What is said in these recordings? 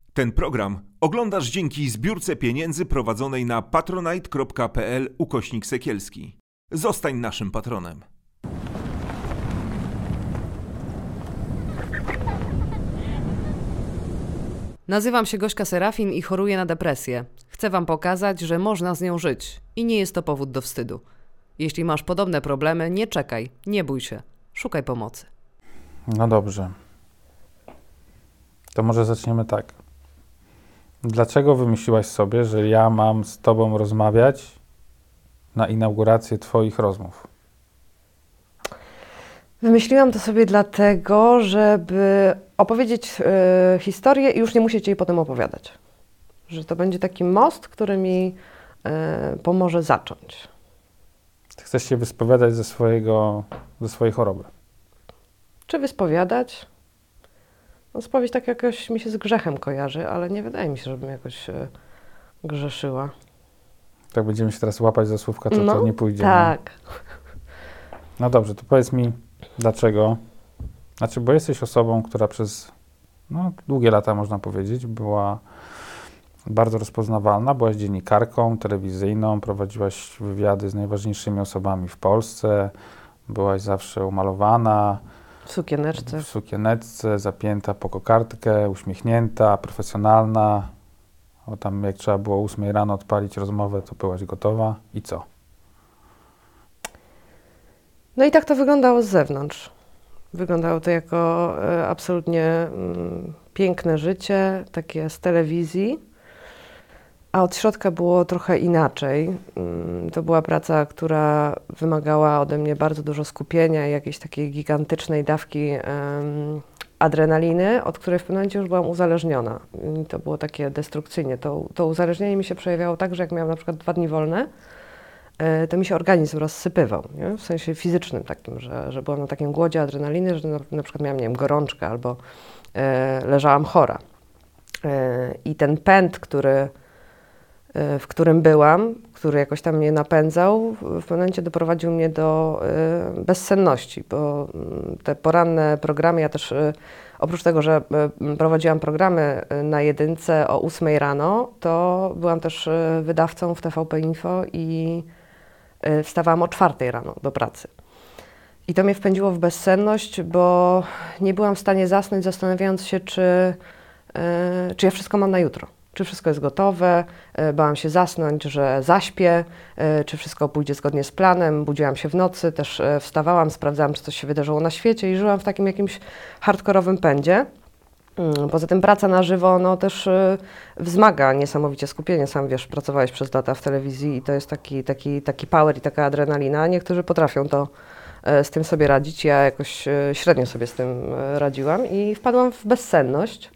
Ten program oglądasz dzięki zbiórce pieniędzy prowadzonej na patronite.pl/Sekielski. Zostań naszym patronem. Nazywam się Gośka Serafin i choruję na depresję. Chcę Wam pokazać, że można z nią żyć i nie jest to powód do wstydu. Jeśli masz podobne problemy, nie czekaj, nie bój się, szukaj pomocy. No dobrze. To może zaczniemy tak. Dlaczego wymyśliłaś sobie, że ja mam z Tobą rozmawiać na inaugurację Twoich rozmów? Wymyśliłam to sobie dlatego, żeby opowiedzieć historię i już nie musieć jej potem opowiadać. Że to będzie taki most, który mi pomoże zacząć. Ty chcesz się wyspowiadać ze swojej choroby. Czy wyspowiadać? No, spowiedź tak jakoś mi się z grzechem kojarzy, ale nie wydaje mi się, żebym jakoś grzeszyła. Tak będziemy się teraz łapać za słówka, to nie pójdzie. Tak. No dobrze, to powiedz mi, dlaczego? Znaczy, bo jesteś osobą, która przez długie lata, można powiedzieć, była bardzo rozpoznawalna. Byłaś dziennikarką telewizyjną, prowadziłaś wywiady z najważniejszymi osobami w Polsce, byłaś zawsze umalowana. W sukieneczce. W sukieneczce, zapięta po kokardkę, uśmiechnięta, profesjonalna. O tam jak trzeba było o 8 rano odpalić rozmowę, to byłaś gotowa. I co? No i tak to wyglądało z zewnątrz. Wyglądało to jako absolutnie piękne życie, takie z telewizji, a od środka było trochę inaczej. To była praca, która wymagała ode mnie bardzo dużo skupienia i jakiejś takiej gigantycznej dawki adrenaliny, od której w pewnym momencie już byłam uzależniona. I to było takie destrukcyjnie. To uzależnienie mi się przejawiało tak, że jak miałam na przykład 2 dni wolne, to mi się organizm rozsypywał, nie? W sensie fizycznym takim, że byłam na takim głodzie adrenaliny, że na przykład miałam, nie wiem, gorączkę albo leżałam chora. I ten pęd, w którym byłam, który jakoś tam mnie napędzał, w pewnym momencie doprowadził mnie do bezsenności, bo te poranne programy, ja też oprócz tego, że prowadziłam programy na Jedynce o 8 rano, to byłam też wydawcą w TVP Info i wstawałam o 4 rano do pracy. I to mnie wpędziło w bezsenność, bo nie byłam w stanie zasnąć, zastanawiając się, czy ja wszystko mam na jutro. Czy wszystko jest gotowe, bałam się zasnąć, że zaśpię, czy wszystko pójdzie zgodnie z planem, budziłam się w nocy, też wstawałam, sprawdzałam, czy coś się wydarzyło na świecie i żyłam w takim jakimś hardkorowym pędzie. Poza tym praca na żywo też wzmaga niesamowicie skupienie. Sam wiesz, pracowałeś przez lata w telewizji i to jest taki power i taka adrenalina. Niektórzy potrafią z tym sobie radzić, ja jakoś średnio sobie z tym radziłam i wpadłam w bezsenność.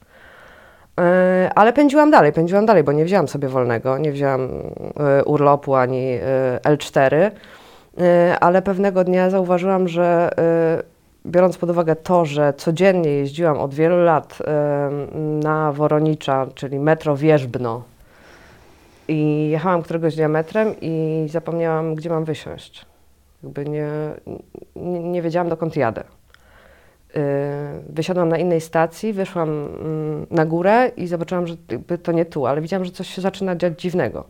Ale pędziłam dalej, bo nie wzięłam sobie wolnego, nie wzięłam urlopu ani L4, ale pewnego dnia zauważyłam, że biorąc pod uwagę to, że codziennie jeździłam od wielu lat na Woronicza, czyli metro Wierzbno i jechałam któregoś dnia metrem i zapomniałam, gdzie mam wysiąść. Jakby nie wiedziałam, dokąd jadę. Wysiadłam na innej stacji, wyszłam na górę i zobaczyłam, że to nie tu, ale widziałam, że coś się zaczyna dziać dziwnego.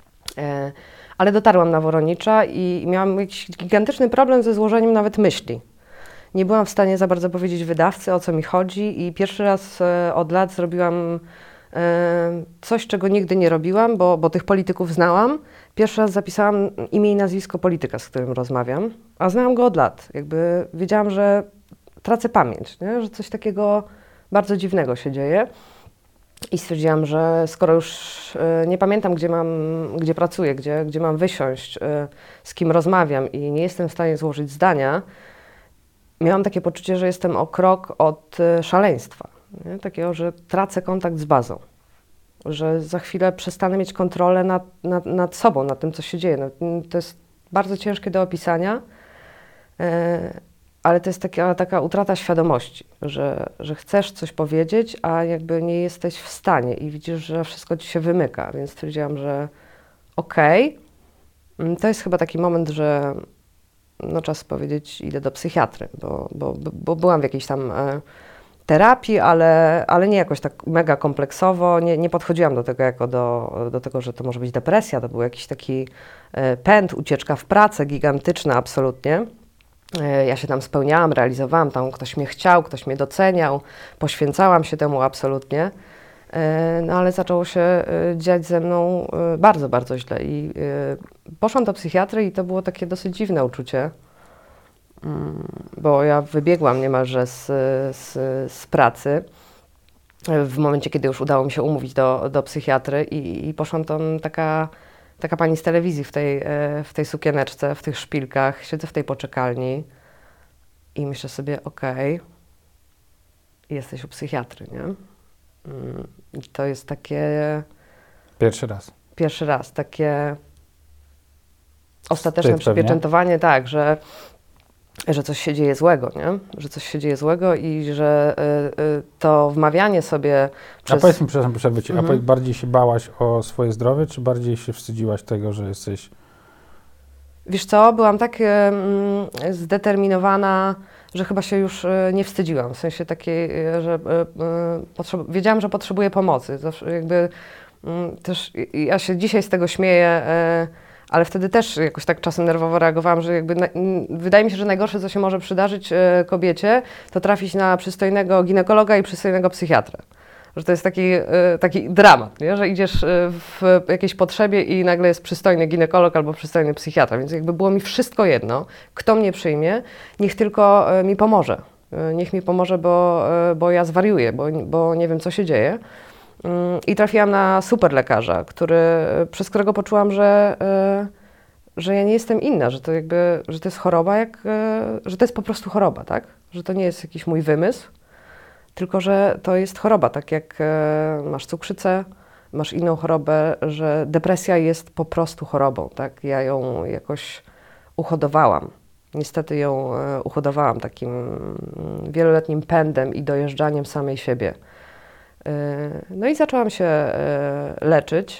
Ale dotarłam na Woronicza i miałam jakiś gigantyczny problem ze złożeniem nawet myśli. Nie byłam w stanie za bardzo powiedzieć wydawcy, o co mi chodzi i pierwszy raz od lat zrobiłam coś, czego nigdy nie robiłam, bo tych polityków znałam. Pierwszy raz zapisałam imię i nazwisko polityka, z którym rozmawiam, a znałam go od lat. Jakby wiedziałam, że tracę pamięć, nie? Że coś takiego bardzo dziwnego się dzieje i stwierdziłam, że skoro już nie pamiętam, gdzie pracuję, gdzie mam wysiąść, z kim rozmawiam i nie jestem w stanie złożyć zdania, miałam takie poczucie, że jestem o krok od szaleństwa, nie? Takiego, że tracę kontakt z bazą, że za chwilę przestanę mieć kontrolę nad sobą, nad tym, co się dzieje. To jest bardzo ciężkie do opisania, ale to jest taka utrata świadomości, że chcesz coś powiedzieć, a jakby nie jesteś w stanie i widzisz, że wszystko ci się wymyka, więc stwierdziłam, że okej, to jest chyba taki moment, że czas powiedzieć, idę do psychiatry, bo byłam w jakiejś tam terapii, ale nie jakoś tak mega kompleksowo. Nie podchodziłam do tego jako do tego, że to może być depresja. To był jakiś taki pęd, ucieczka w pracę gigantyczna absolutnie. Ja się tam spełniałam, realizowałam, tam ktoś mnie chciał, ktoś mnie doceniał, poświęcałam się temu absolutnie. No ale zaczęło się dziać ze mną bardzo, bardzo źle i poszłam do psychiatry i to było takie dosyć dziwne uczucie, bo ja wybiegłam niemalże z pracy w momencie, kiedy już udało mi się umówić do psychiatry i poszłam tam taka pani z telewizji w tej sukieneczce, w tych szpilkach, siedzę w tej poczekalni i myślę sobie, okej, jesteś u psychiatry, nie? I to jest takie... Pierwszy raz, takie ostateczne przypieczętowanie, tak, że coś się dzieje złego, nie? Że coś się dzieje złego i że to wmawianie sobie przez... A powiedz mi, przepraszam, przerwę ci, a bardziej się bałaś o swoje zdrowie, czy bardziej się wstydziłaś tego, że jesteś... Wiesz co, byłam tak zdeterminowana, że chyba się już nie wstydziłam, w sensie takiej, że wiedziałam, że potrzebuję pomocy. Zawsze jakby też ja się dzisiaj z tego śmieję, ale wtedy też jakoś tak czasem nerwowo reagowałam, że jakby wydaje mi się, że najgorsze, co się może przydarzyć kobiecie, to trafić na przystojnego ginekologa i przystojnego psychiatrę. Że to jest taki dramat, nie? Że idziesz w jakiejś potrzebie i nagle jest przystojny ginekolog albo przystojny psychiatra, więc jakby było mi wszystko jedno, kto mnie przyjmie, niech tylko mi pomoże. Niech mi pomoże, bo ja zwariuję, bo nie wiem, co się dzieje. I trafiłam na super lekarza, przez którego poczułam, że ja nie jestem inna, że to jest choroba, że to jest po prostu choroba, tak? Że to nie jest jakiś mój wymysł, tylko że to jest choroba, tak jak masz cukrzycę, masz inną chorobę, że depresja jest po prostu chorobą, tak? Ja ją jakoś uhodowałam. Niestety ją uhodowałam takim wieloletnim pędem i dojeżdżaniem samej siebie. No i zaczęłam się leczyć.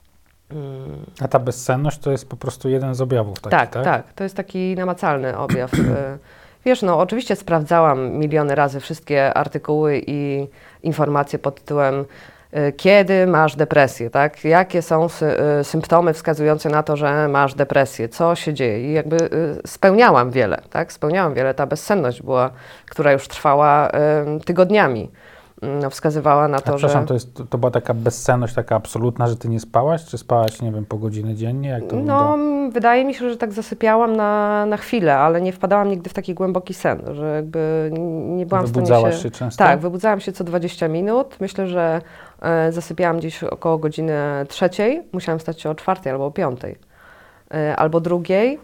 A ta bezsenność to jest po prostu jeden z objawów takich, tak? Tak. To jest taki namacalny objaw. Wiesz, no oczywiście sprawdzałam miliony razy wszystkie artykuły i informacje pod tytułem kiedy masz depresję, tak? Jakie są symptomy wskazujące na to, że masz depresję, co się dzieje i jakby spełniałam wiele, tak? Spełniałam wiele, ta bezsenność była, która już trwała tygodniami. No, wskazywała na to, że... To była taka bezsenność, taka absolutna, że ty nie spałaś? Czy spałaś, nie wiem, po godzinę dziennie? Jak to no, wydaje mi się, że tak zasypiałam na chwilę, ale nie wpadałam nigdy w taki głęboki sen, że jakby nie byłam w stanie się... Wybudzałaś się często? Tak, wybudzałam się co 20 minut. Myślę, że zasypiałam gdzieś około godziny 3. Musiałam wstać się o 4 albo o 5, albo 2.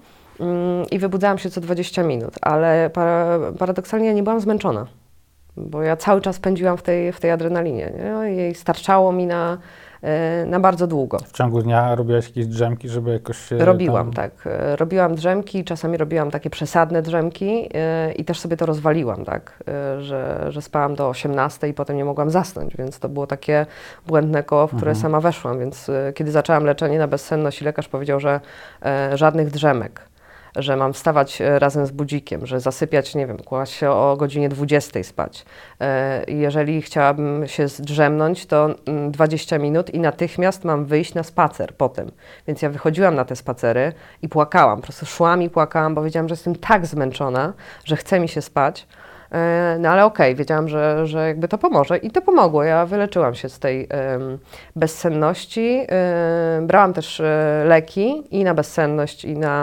I wybudzałam się co 20 minut, ale paradoksalnie nie byłam zmęczona. Bo ja cały czas pędziłam w tej adrenalinie, nie? Jej starczało mi na bardzo długo. W ciągu dnia robiłaś jakieś drzemki, żeby jakoś się Robiłam, tak. Robiłam drzemki, czasami robiłam takie przesadne drzemki i też sobie to rozwaliłam, tak, że spałam do 18 i potem nie mogłam zasnąć, więc to było takie błędne koło, w które sama weszłam, więc kiedy zaczęłam leczenie na bezsenność, lekarz powiedział, że żadnych drzemek, że mam wstawać razem z budzikiem, że zasypiać, nie wiem, kłaść się o godzinie 20 spać. Jeżeli chciałabym się zdrzemnąć, to 20 minut i natychmiast mam wyjść na spacer potem. Więc ja wychodziłam na te spacery i płakałam, po prostu szłam i płakałam, bo wiedziałam, że jestem tak zmęczona, że chce mi się spać. No ale okej, wiedziałam, że jakby to pomoże i to pomogło. Ja wyleczyłam się z tej bezsenności. Brałam też leki i na bezsenność,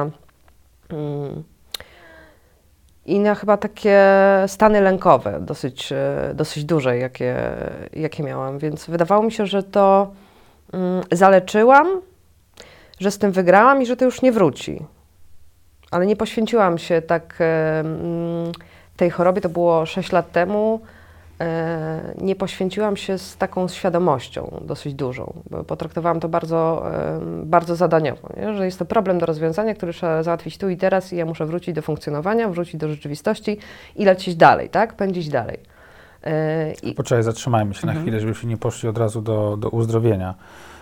i na chyba takie stany lękowe, dosyć duże, jakie miałam, więc wydawało mi się, że to zaleczyłam, że z tym wygrałam i że to już nie wróci. Ale nie poświęciłam się tak tej chorobie, to było 6 lat temu, nie poświęciłam się z taką świadomością dosyć dużą, bo potraktowałam to bardzo zadaniowo, nie? Że jest to problem do rozwiązania, który trzeba załatwić tu i teraz i ja muszę wrócić do funkcjonowania, wrócić do rzeczywistości i lecieć dalej, tak? Pędzić dalej. Poczekaj, zatrzymajmy się na chwilę, żebyśmy nie poszli od razu do uzdrowienia.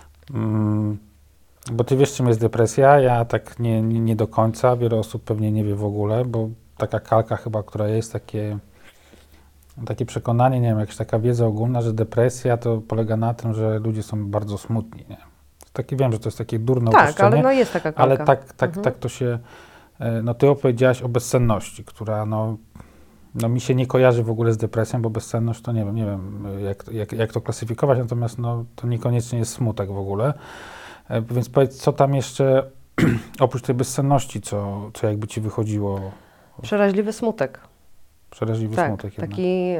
Bo ty wiesz, czym jest depresja, ja tak nie do końca, wiele osób pewnie nie wie w ogóle, bo taka kalka chyba, która jest, takie takie przekonanie, nie wiem, jakaś taka wiedza ogólna, że depresja to polega na tym, że ludzie są bardzo smutni, nie? Taki, wiem, że to jest takie durne Tak, uproszczenie, ale no jest taka ale kalka. tak to się... No ty opowiedziałaś o bezsenności, która no mi się nie kojarzy w ogóle z depresją, bo bezsenność to nie wiem jak to klasyfikować, natomiast no, to niekoniecznie jest smutek w ogóle. Więc powiedz, co tam jeszcze oprócz tej bezsenności, co jakby ci wychodziło? Przeraźliwy smutek. Przeraźliwy Tak, smutek jednak.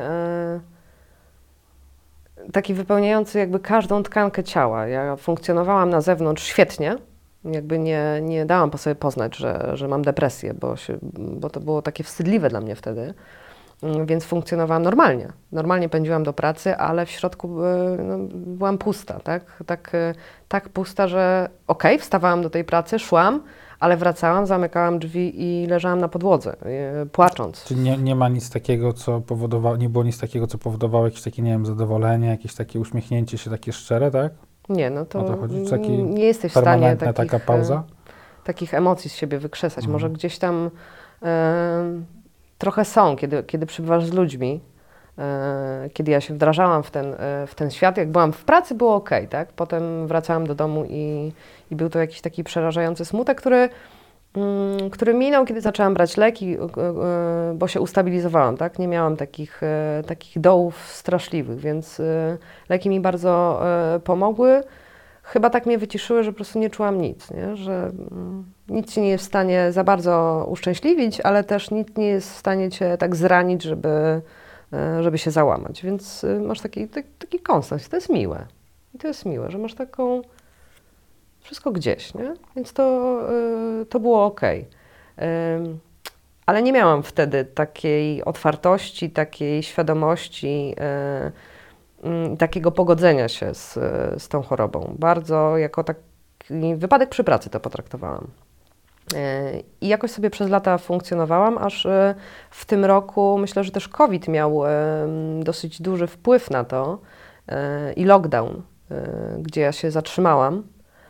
Taki wypełniający jakby każdą tkankę ciała. Ja funkcjonowałam na zewnątrz świetnie, jakby nie dałam po sobie poznać, że mam depresję, bo to było takie wstydliwe dla mnie wtedy, więc funkcjonowałam normalnie. Normalnie pędziłam do pracy, ale w środku no, byłam pusta, tak pusta, że wstawałam do tej pracy, szłam, ale wracałam, zamykałam drzwi i leżałam na podłodze, płacząc. Czyli nie ma nic takiego, co powodowało, nie było nic takiego, co powodowało jakieś takie, nie wiem, zadowolenie, jakieś takie uśmiechnięcie się takie szczere, tak? Nie, no to chodzi? nie jesteś w stanie taka pauza? Takich emocji z siebie wykrzesać. Może gdzieś tam trochę są, kiedy przebywasz z ludźmi, kiedy ja się wdrażałam w ten świat. Jak byłam w pracy, było okej, tak? Potem wracałam do domu i był to jakiś taki przerażający smutek, który minął, kiedy zaczęłam brać leki, bo się ustabilizowałam, tak? Nie miałam takich dołów straszliwych, więc leki mi bardzo pomogły. Chyba tak mnie wyciszyły, że po prostu nie czułam nic, nie? Że nic cię nie jest w stanie za bardzo uszczęśliwić, ale też nic nie jest w stanie cię tak zranić, żeby się załamać. Więc masz taki konstans. To jest miłe. I to jest miłe, że masz taką... Wszystko gdzieś, nie? Więc to było okej. Ale nie miałam wtedy takiej otwartości, takiej świadomości, takiego pogodzenia się z tą chorobą. Bardzo jako taki wypadek przy pracy to potraktowałam. I jakoś sobie przez lata funkcjonowałam, aż w tym roku myślę, że też COVID miał dosyć duży wpływ na to i lockdown, gdzie ja się zatrzymałam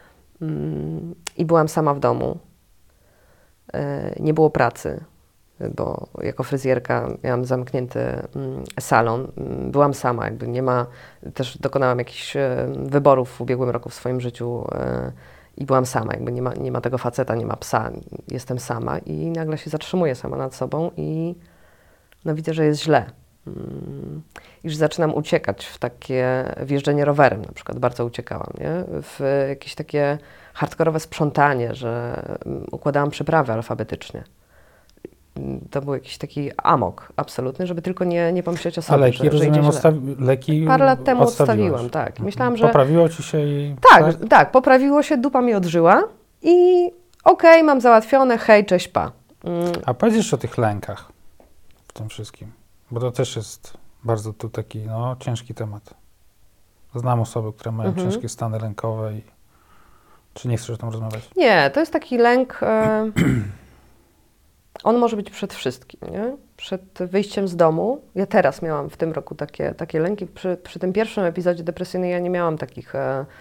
i byłam sama w domu. Nie było pracy, bo jako fryzjerka miałam zamknięty salon. Byłam sama, jakby nie ma, też dokonałam jakichś wyborów w ubiegłym roku w swoim życiu i byłam sama, jakby nie ma tego faceta, nie ma psa, jestem sama i nagle się zatrzymuję sama nad sobą i no widzę, że jest źle. I że zaczynam uciekać w takie wjeżdżenie rowerem, na przykład bardzo uciekałam, nie? W jakieś takie hardkorowe sprzątanie, że układałam przyprawy alfabetycznie. To był jakiś taki amok absolutny, żeby tylko nie pomyśleć o sobie, A leki, rozumiem, leki parę lat temu odstawiłam, tak. Myślałam, że... Poprawiło ci się i... Tak, poprawiło się, dupa mi odżyła i okej, mam załatwione, hej, cześć, pa. A powiedz jeszcze o tych lękach w tym wszystkim, bo to też jest bardzo tu taki, ciężki temat. Znam osoby, które mają ciężkie stany lękowe i... Czy nie chcesz o tym rozmawiać? Nie, to jest taki lęk... On może być przed wszystkim, nie? Przed wyjściem z domu. Ja teraz miałam w tym roku takie lęki. Przy tym pierwszym epizodzie depresyjnym ja nie miałam takich...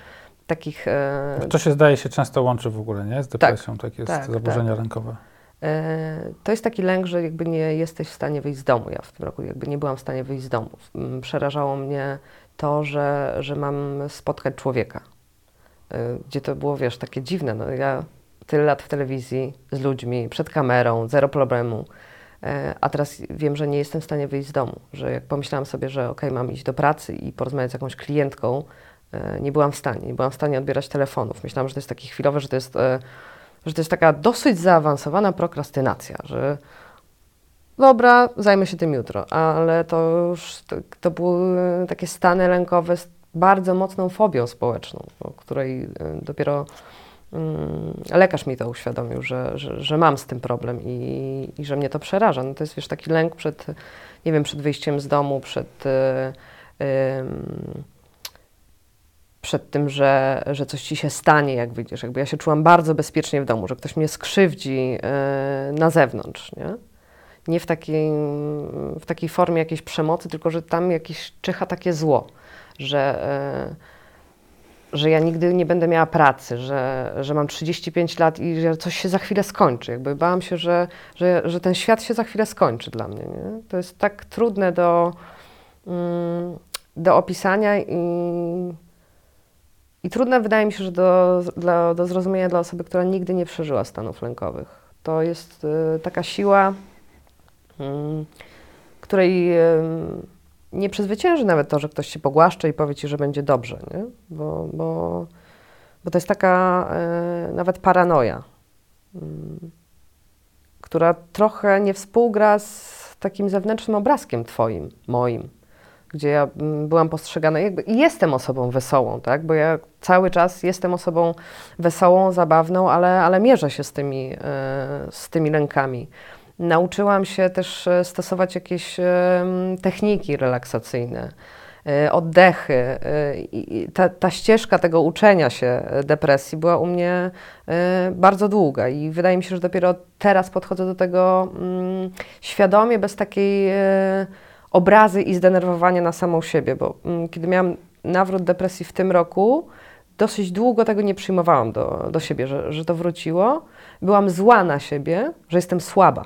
To się zdaje się często łączy w ogóle, nie? Z depresją, takie zaburzenia lękowe. To jest taki lęk, że jakby nie jesteś w stanie wyjść z domu. Ja w tym roku jakby nie byłam w stanie wyjść z domu. Przerażało mnie to, że mam spotkać człowieka. Gdzie to było, wiesz, takie dziwne. No, ja tyle lat w telewizji, z ludźmi, przed kamerą, zero problemu. A teraz wiem, że nie jestem w stanie wyjść z domu. Że jak pomyślałam sobie, że mam iść do pracy i porozmawiać z jakąś klientką, nie byłam w stanie. Nie byłam w stanie odbierać telefonów. Myślałam, że to jest takie chwilowe, że to jest taka dosyć zaawansowana prokrastynacja, że dobra, zajmę się tym jutro. Ale to były takie stany lękowe z bardzo mocną fobią społeczną, o której dopiero lekarz mi to uświadomił, że mam z tym problem i że mnie to przeraża. No to jest, wiesz, taki lęk przed wyjściem z domu, przed tym, że coś ci się stanie, jak wyjdziesz. Jakby ja się czułam bardzo bezpiecznie w domu, że ktoś mnie skrzywdzi na zewnątrz, nie? Nie w takiej formie jakiejś przemocy, tylko że tam jakieś czyha takie zło, że ja nigdy nie będę miała pracy, że mam 35 lat i że coś się za chwilę skończy. Jakby bałam się, że ten świat się za chwilę skończy dla mnie. Nie? To jest tak trudne do opisania i trudne wydaje mi się, że do zrozumienia dla osoby, która nigdy nie przeżyła stanów lękowych. To jest taka siła, której nie przezwycięży nawet to, że ktoś się pogłaszcze i powie ci, że będzie dobrze, nie? Bo to jest taka nawet paranoja, która trochę nie współgra z takim zewnętrznym obrazkiem twoim, moim, gdzie ja byłam postrzegana, jakby i jestem osobą wesołą, tak? Bo ja cały czas jestem osobą wesołą, zabawną, ale mierzę się z tymi lękami. Nauczyłam się też stosować jakieś techniki relaksacyjne, oddechy. Ta ścieżka tego uczenia się depresji była u mnie bardzo długa i wydaje mi się, że dopiero teraz podchodzę do tego świadomie, bez takiej obrazy i zdenerwowania na samą siebie, bo kiedy miałam nawrót depresji w tym roku, dosyć długo tego nie przyjmowałam do siebie, że to wróciło. Byłam zła na siebie, że jestem słaba.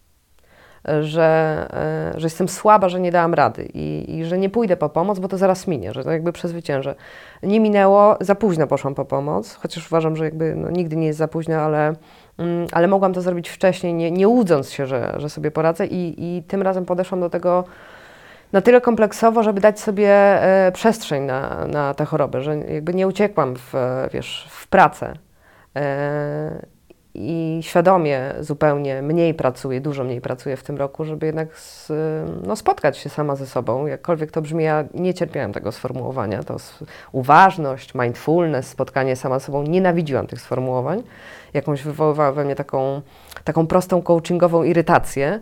Że jestem słaba, że nie dałam rady i że nie pójdę po pomoc, bo to zaraz minie, że to jakby przezwyciężę. Nie minęło, za późno poszłam po pomoc, chociaż uważam, że jakby nigdy nie jest za późno, ale mogłam to zrobić wcześniej, nie łudząc się, że sobie poradzę i tym razem podeszłam do tego na tyle kompleksowo, żeby dać sobie przestrzeń na tę chorobę, że jakby nie uciekłam w pracę. I świadomie zupełnie dużo mniej pracuję w tym roku, żeby jednak spotkać się sama ze sobą. Jakkolwiek to brzmi, ja nie cierpiałam tego sformułowania. To uważność, mindfulness, spotkanie sama ze sobą. Nienawidziłam tych sformułowań. Jakąś wywoływała we mnie taką prostą coachingową irytację.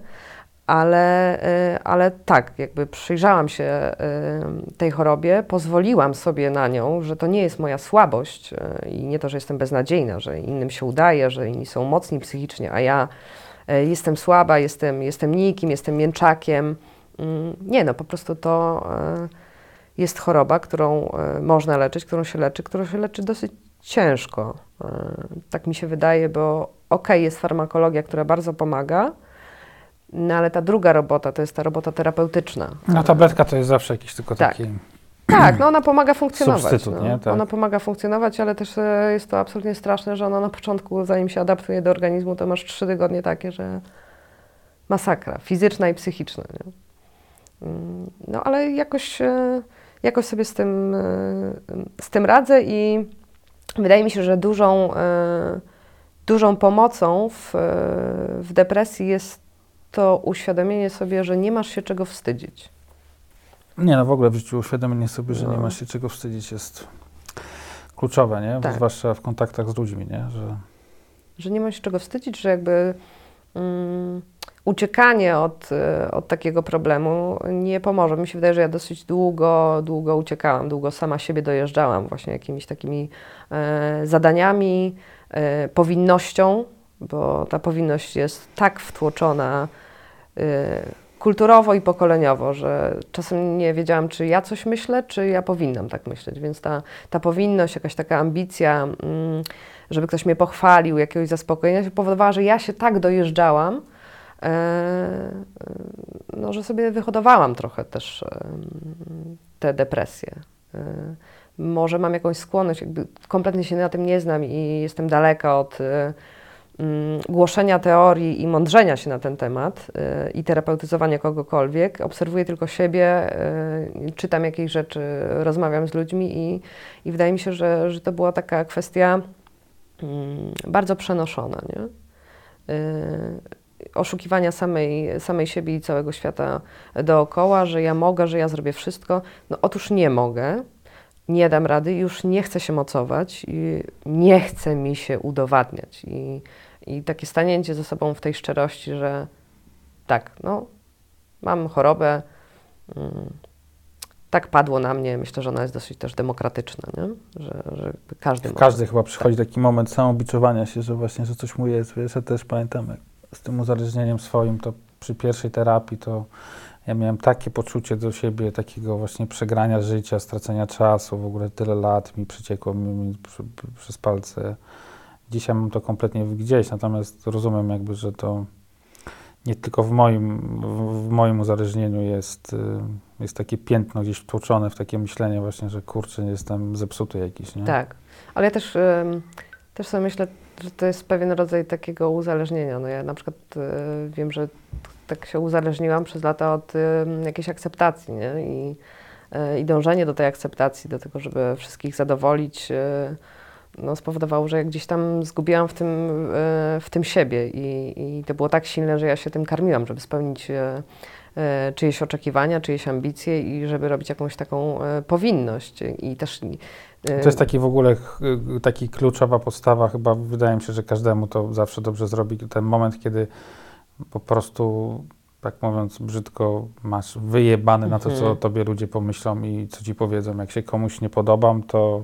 Ale tak, jakby przyjrzałam się tej chorobie, pozwoliłam sobie na nią, że to nie jest moja słabość i nie to, że jestem beznadziejna, że innym się udaje, że inni są mocni psychicznie, a ja jestem słaba, jestem nikim, jestem mięczakiem. Nie, no po prostu to jest choroba, którą można leczyć, którą się leczy dosyć ciężko. Tak mi się wydaje, bo jest farmakologia, która bardzo pomaga, no ale ta druga robota to jest ta robota terapeutyczna. No tabletka to jest zawsze jakiś tylko taki... Tak, no ona pomaga funkcjonować. Substytut, nie? Tak. Ona pomaga funkcjonować, ale też jest to absolutnie straszne, że ona na początku, zanim się adaptuje do organizmu, to masz 3 tygodnie takie, że masakra fizyczna i psychiczna. Nie? No ale jakoś sobie z tym radzę i wydaje mi się, że dużą pomocą w depresji jest to uświadomienie sobie, że nie masz się czego wstydzić. Nie, no w ogóle w życiu uświadomienie sobie, że nie masz się czego wstydzić jest kluczowe, nie? Tak. Zwłaszcza w kontaktach z ludźmi, nie? Że nie masz się czego wstydzić, że jakby uciekanie od takiego problemu nie pomoże. Mi się wydaje, że ja dosyć długo uciekałam, długo sama siebie dojeżdżałam właśnie jakimiś takimi zadaniami, powinnością, bo ta powinność jest tak wtłoczona kulturowo i pokoleniowo, że czasem nie wiedziałam, czy ja coś myślę, czy ja powinnam tak myśleć, więc ta powinność, jakaś taka ambicja, żeby ktoś mnie pochwalił, jakiegoś zaspokojenia, powodowała, że ja się tak dojeżdżałam, że sobie wyhodowałam trochę też te depresje. Może mam jakąś skłonność, jakby kompletnie się na tym nie znam i jestem daleka od głoszenia teorii i mądrzenia się na ten temat i terapeutyzowania kogokolwiek. Obserwuję tylko siebie, czytam jakieś rzeczy, rozmawiam z ludźmi i wydaje mi się, że to była taka kwestia bardzo przenoszona, nie? Oszukiwania samej siebie i całego świata dookoła, że ja mogę, że ja zrobię wszystko. No otóż nie mogę, nie dam rady, już nie chcę się mocować i nie chce mi się udowadniać. I takie stanięcie ze sobą w tej szczerości, że tak, no mam chorobę, tak padło na mnie, myślę, że ona jest dosyć też demokratyczna, nie? Że każdy może. Każdy chyba przychodzi taki moment samobiczowania się, że właśnie, że coś mu jest. Wiesz, ja też pamiętam, jak z tym uzależnieniem swoim, to przy pierwszej terapii to ja miałem takie poczucie do siebie, takiego właśnie przegrania życia, stracenia czasu, w ogóle tyle lat mi przeciekło przez palce. Dzisiaj mam to kompletnie gdzieś, natomiast rozumiem jakby, że to nie tylko w moim uzależnieniu jest takie piętno gdzieś wtłoczone w takie myślenie właśnie, że kurczę, jestem zepsuty jakiś, nie? Tak, ale ja też sobie myślę, że to jest pewien rodzaj takiego uzależnienia. No ja na przykład wiem, że tak się uzależniłam przez lata od jakiejś akceptacji, nie? I dążenie do tej akceptacji, do tego, żeby wszystkich zadowolić, no, spowodowało, że ja gdzieś tam zgubiłam w tym siebie i to było tak silne, że ja się tym karmiłam, żeby spełnić czyjeś oczekiwania, czyjeś ambicje i żeby robić jakąś taką powinność. I też to jest taki w ogóle taki kluczowa podstawa, chyba wydaje mi się, że każdemu to zawsze dobrze zrobi. Ten moment, kiedy po prostu, tak mówiąc brzydko, masz wyjebany na to, co o tobie ludzie pomyślą i co ci powiedzą. Jak się komuś nie podobam, to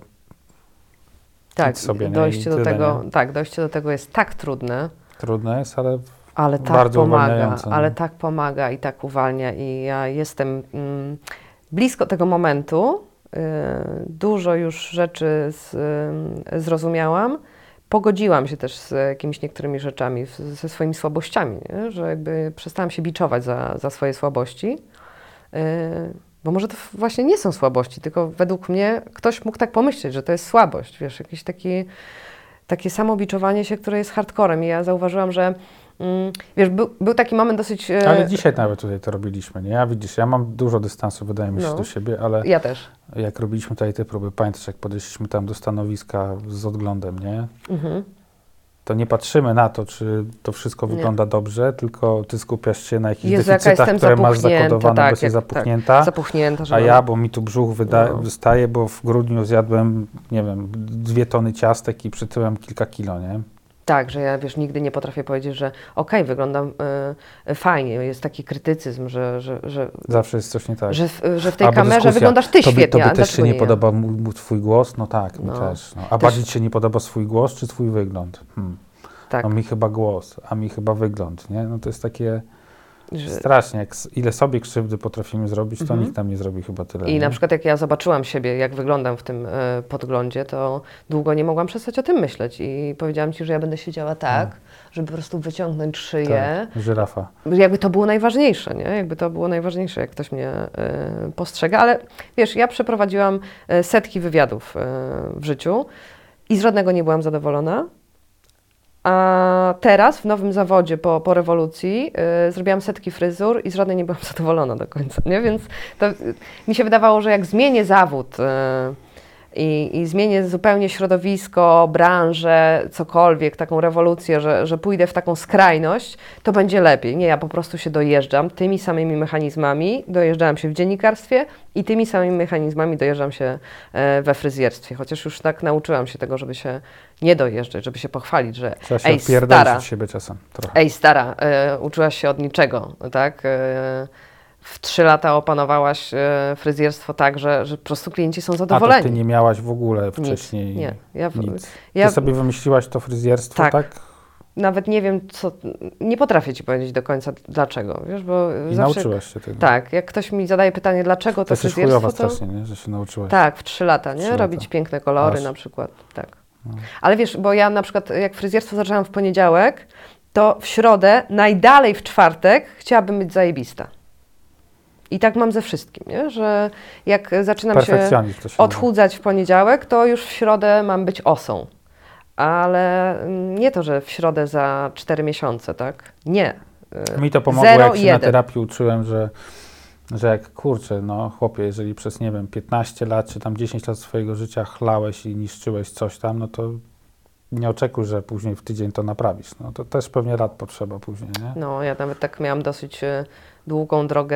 tak, sobie, dojście do tyle, tego, tak, dojście do tego jest tak trudne. Trudne jest, ale tak bardzo pomaga, no. ale tak pomaga i tak uwalnia i ja jestem blisko tego momentu, dużo już rzeczy zrozumiałam, pogodziłam się też z jakimiś niektórymi rzeczami, ze swoimi słabościami, nie? Że jakby przestałam się biczować za swoje słabości, bo może to właśnie nie są słabości, tylko według mnie ktoś mógł tak pomyśleć, że to jest słabość, wiesz, jakieś takie samobiczowanie się, które jest hardcorem i ja zauważyłam, że wiesz, był taki moment dosyć... Ale dzisiaj nawet tutaj to robiliśmy, nie? Ja widzisz, ja mam dużo dystansu, wydaje mi się, do siebie, ale... Ja też. Jak robiliśmy tutaj te próby, pamiętasz, jak podeszliśmy tam do stanowiska z odglądem, nie? To nie patrzymy na to, czy to wszystko wygląda dobrze, tylko ty skupiasz się na jakichś deficytach, które masz zakodowane, bo jesteś zapuchnięta. Zapuchnięta, a ja, bo mi tu brzuch wystaje, bo w grudniu zjadłem, nie wiem, 2 tony ciastek i przytyłem kilka kilo, nie? Tak, że ja, wiesz, nigdy nie potrafię powiedzieć, że okej, wyglądam fajnie, jest taki krytycyzm, że zawsze jest coś nie tak. Że w tej kamerze wyglądasz ty świetnie. Tobie też się nie podoba twój głos? No tak, mi też. No. A bardziej ci się nie podoba swój głos, czy twój wygląd? Tak. No mi chyba głos, a mi chyba wygląd, nie? No to jest takie... Strasznie, ile sobie krzywdy potrafimy zrobić, to nikt nam nie zrobi chyba tyle. I na przykład jak ja zobaczyłam siebie, jak wyglądam w tym podglądzie, to długo nie mogłam przestać o tym myśleć i powiedziałam ci, że ja będę siedziała tak, żeby po prostu wyciągnąć szyję. Tak, żyrafa. Jakby to było najważniejsze, nie? Jakby to było najważniejsze, jak ktoś mnie postrzega, ale wiesz, ja przeprowadziłam setki wywiadów w życiu i z żadnego nie byłam zadowolona. A teraz w nowym zawodzie po rewolucji zrobiłam setki fryzur i z żadnej nie byłam zadowolona do końca, nie? Więc to, mi się wydawało, że jak zmienię zawód i zmienię zupełnie środowisko, branżę, cokolwiek, taką rewolucję, że pójdę w taką skrajność, to będzie lepiej. Nie, ja po prostu się dojeżdżam tymi samymi mechanizmami, dojeżdżałam się w dziennikarstwie i tymi samymi mechanizmami dojeżdżam się we fryzjerstwie. Chociaż już tak nauczyłam się tego, żeby się nie dojeżdżać, żeby się pochwalić, że trzeba się odpierdolić od siebie czasem trochę. Ej, stara, uczyłaś się od niczego, tak? W 3 lata opanowałaś fryzjerstwo tak, że po prostu klienci są zadowoleni. A to ty nie miałaś w ogóle wcześniej nic. Nie. Ty sobie wymyśliłaś to fryzjerstwo, tak? Nawet nie wiem, nie potrafię ci powiedzieć do końca dlaczego, wiesz, bo I zawsze... nauczyłaś się tego. Tak, jak ktoś mi zadaje pytanie, dlaczego to fryzjerstwo, chujowa strasznie, nie? Że się nauczyłaś. Tak, w 3 lata, nie? 3 lata. Robić piękne kolory na przykład, tak. No. Ale wiesz, bo ja na przykład jak fryzjerstwo zaczęłam w poniedziałek, to w środę, najdalej w czwartek chciałabym być zajebista. I tak mam ze wszystkim, nie? Że jak zaczynam się odchudzać w poniedziałek, to już w środę mam być osą. Ale nie to, że w środę za 4 miesiące, tak? Nie. Mi to pomogło, jak się na terapii uczyłem, że jak kurczę, no chłopie, jeżeli przez, nie wiem, 15 lat czy tam 10 lat swojego życia chlałeś i niszczyłeś coś tam, no to nie oczekuj, że później w tydzień to naprawisz. No to też pewnie lat potrzeba później, nie? No, ja nawet tak miałam dosyć długą drogę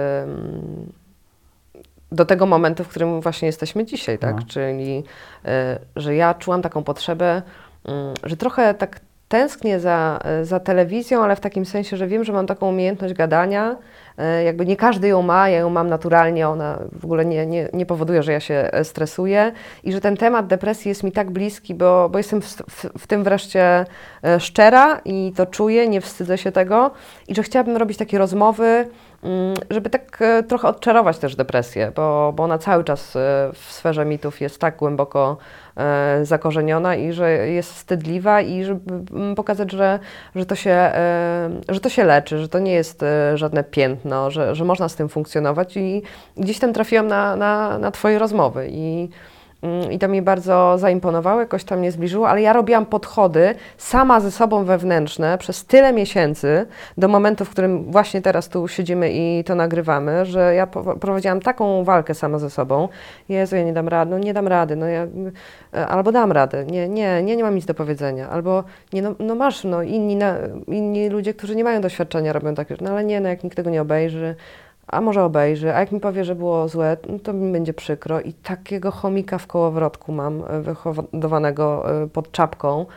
do tego momentu, w którym właśnie jesteśmy dzisiaj, tak? No. Czyli, że ja czułam taką potrzebę, że trochę tak tęsknię za telewizją, ale w takim sensie, że wiem, że mam taką umiejętność gadania, jakby nie każdy ją ma, ja ją mam naturalnie, ona w ogóle nie powoduje, że ja się stresuję i że ten temat depresji jest mi tak bliski, bo jestem w tym wreszcie szczera i to czuję, nie wstydzę się tego i że chciałabym robić takie rozmowy żeby tak trochę odczarować też depresję, bo ona cały czas w sferze mitów jest tak głęboko zakorzeniona i że jest wstydliwa i żeby pokazać, że to się leczy, że to nie jest żadne piętno, że można z tym funkcjonować i gdzieś tam trafiłam na Twoje rozmowy i to mi bardzo zaimponowało, jakoś tam mnie zbliżyło, ale ja robiłam podchody sama ze sobą wewnętrzne przez tyle miesięcy do momentu, w którym właśnie teraz tu siedzimy i to nagrywamy, że ja prowadziłam taką walkę sama ze sobą. Jezu, ja nie dam rady, no nie dam rady, albo dam radę, nie mam nic do powiedzenia, albo nie, no masz, no inni ludzie, którzy nie mają doświadczenia robią takie, no ale nie, no jak nikt tego nie obejrzy, a może obejrzy, a jak mi powie, że było złe, no to mi będzie przykro i takiego chomika w kołowrotku mam wyhodowanego pod czapką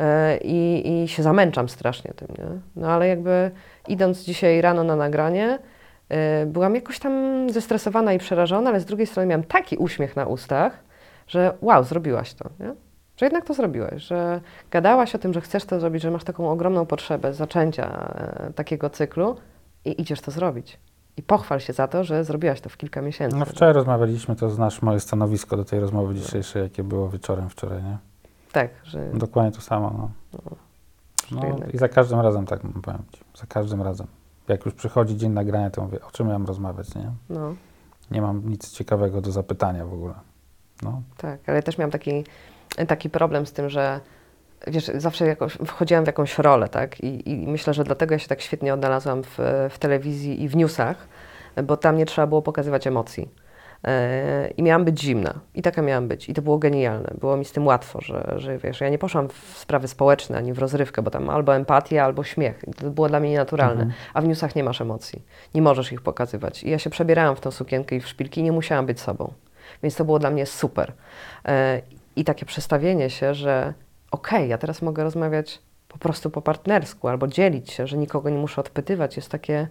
i się zamęczam strasznie tym, nie? No ale jakby idąc dzisiaj rano na nagranie, byłam jakoś tam zestresowana i przerażona, ale z drugiej strony miałam taki uśmiech na ustach, że wow, zrobiłaś to, nie? Że jednak to zrobiłaś, że gadałaś o tym, że chcesz to zrobić, że masz taką ogromną potrzebę zaczęcia takiego cyklu i idziesz to zrobić. I pochwal się za to, że zrobiłaś to w kilka miesięcy. No wczoraj rozmawialiśmy, to znasz moje stanowisko do tej rozmowy dzisiejszej, jakie było wieczorem wczoraj, nie? Tak, że... Dokładnie to samo, no. No i za każdym razem tak powiem Ci, za każdym razem. Jak już przychodzi dzień nagrania, to mówię, o czym ja mam rozmawiać, nie? No. Nie mam nic ciekawego do zapytania w ogóle. No. Tak, ale też miałam taki problem z tym, że wiesz, zawsze jakoś wchodziłam w jakąś rolę, tak? I myślę, że dlatego ja się tak świetnie odnalazłam w telewizji i w newsach, bo tam nie trzeba było pokazywać emocji. I miałam być zimna. I taka miałam być. I to było genialne. Było mi z tym łatwo, że wiesz, ja nie poszłam w sprawy społeczne, ani w rozrywkę, bo tam albo empatia, albo śmiech. I to było dla mnie nienaturalne. A w newsach nie masz emocji. Nie możesz ich pokazywać. I ja się przebierałam w tą sukienkę i w szpilki i nie musiałam być sobą. Więc to było dla mnie super. I takie przestawienie się, że okej, ja teraz mogę rozmawiać po prostu po partnersku albo dzielić się, że nikogo nie muszę odpytywać, jest takie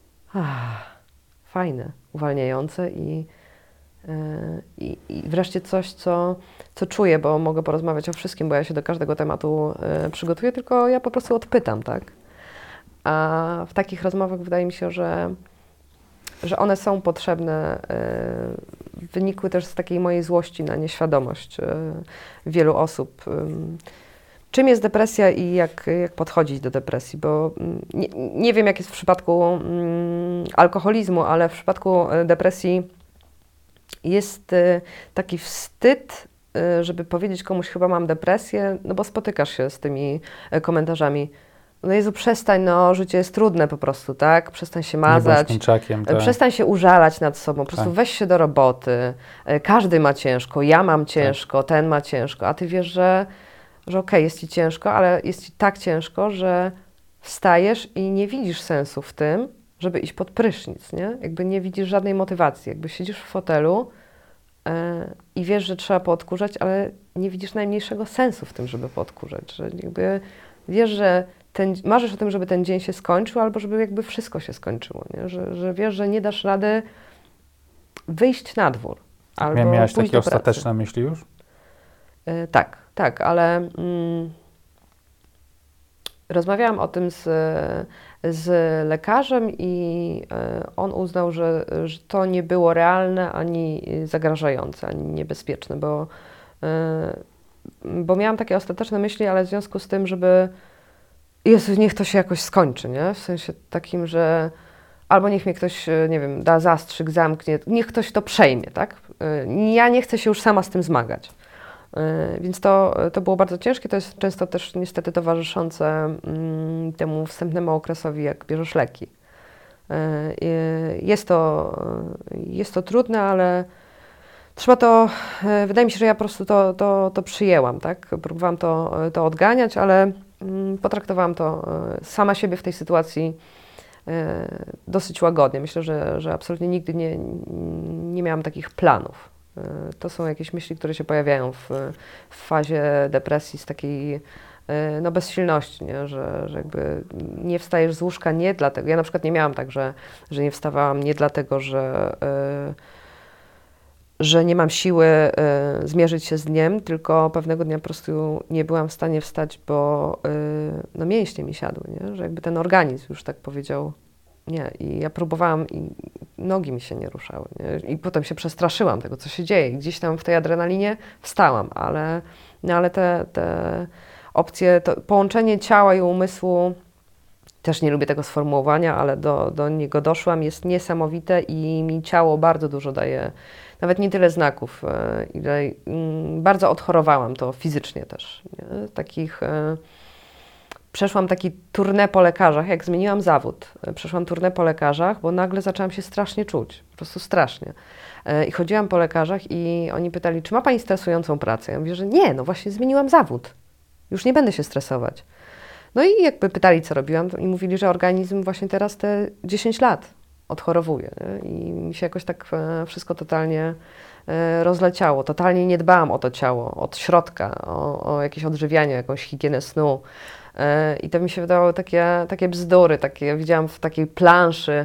fajne, uwalniające i wreszcie coś, co czuję, bo mogę porozmawiać o wszystkim, bo ja się do każdego tematu przygotuję, tylko ja po prostu odpytam, tak? A w takich rozmowach wydaje mi się, że one są potrzebne, wynikły też z takiej mojej złości na nieświadomość wielu osób. Czym jest depresja i jak podchodzić do depresji, bo nie wiem, jak jest w przypadku alkoholizmu, ale w przypadku depresji jest taki wstyd, żeby powiedzieć komuś, chyba mam depresję, no bo spotykasz się z tymi komentarzami. No Jezu, przestań, no życie jest trudne po prostu, tak? Przestań się mazać, tak. przestań się użalać nad sobą, po prostu weź się do roboty. Każdy ma ciężko, ja mam ciężko, ten ma ciężko, a ty wiesz, że okej, jest ci ciężko, ale jest ci tak ciężko, że wstajesz i nie widzisz sensu w tym, żeby iść pod prysznic, nie? Jakby nie widzisz żadnej motywacji, jakby siedzisz w fotelu i wiesz, że trzeba poodkurzać, ale nie widzisz najmniejszego sensu w tym, żeby poodkurzać, że jakby wiesz, że marzysz o tym, żeby ten dzień się skończył, albo żeby jakby wszystko się skończyło, nie? Że wiesz, że nie dasz rady wyjść na dwór. Albo miałaś pójść takie do pracy. ostateczne myśli już? Tak, ale rozmawiałam o tym z lekarzem i on uznał, że to nie było realne, ani zagrażające, ani niebezpieczne, bo miałam takie ostateczne myśli, ale w związku z tym, żeby Jezu, niech to się jakoś skończy, nie? W sensie takim, że albo niech mnie ktoś, nie wiem, da zastrzyk, zamknie, niech ktoś to przejmie, tak? Ja nie chcę się już sama z tym zmagać. Więc to było bardzo ciężkie, to jest często też niestety towarzyszące temu wstępnemu okresowi, jak bierzesz leki. Jest to trudne, ale trzeba to, wydaje mi się, że ja po prostu to przyjęłam, tak? Próbowałam to odganiać, ale potraktowałam to sama siebie w tej sytuacji dosyć łagodnie. Myślę, że absolutnie nigdy nie miałam takich planów. To są jakieś myśli, które się pojawiają w fazie depresji z takiej bezsilności, nie? Że jakby nie wstajesz z łóżka nie dlatego. Ja na przykład nie miałam tak, że nie wstawałam nie dlatego, że nie mam siły zmierzyć się z dniem, tylko pewnego dnia po prostu nie byłam w stanie wstać, bo mięśnie mi siadły, nie? Że jakby ten organizm już tak powiedział, Nie, i ja próbowałam i nogi mi się nie ruszały, nie? I potem się przestraszyłam tego, co się dzieje. I gdzieś tam w tej adrenalinie wstałam, ale te opcje, to połączenie ciała i umysłu, też nie lubię tego sformułowania, ale do niego doszłam, jest niesamowite i mi ciało bardzo dużo daje, nawet nie tyle znaków, ile bardzo odchorowałam to fizycznie też. Nie? Przeszłam taki tournée po lekarzach, jak zmieniłam zawód. Przeszłam tournée po lekarzach, bo nagle zaczęłam się strasznie czuć, po prostu strasznie. I chodziłam po lekarzach i oni pytali, czy ma Pani stresującą pracę? Ja mówię, że nie, no właśnie zmieniłam zawód. Już nie będę się stresować. No i jakby pytali, co robiłam i mówili, że organizm właśnie teraz te 10 lat odchorowuje. Nie? I mi się jakoś tak wszystko totalnie rozleciało. Totalnie nie dbałam o to ciało, od środka, o jakieś odżywianie, jakąś higienę snu. I to mi się wydawało takie bzdury, widziałam w takiej planszy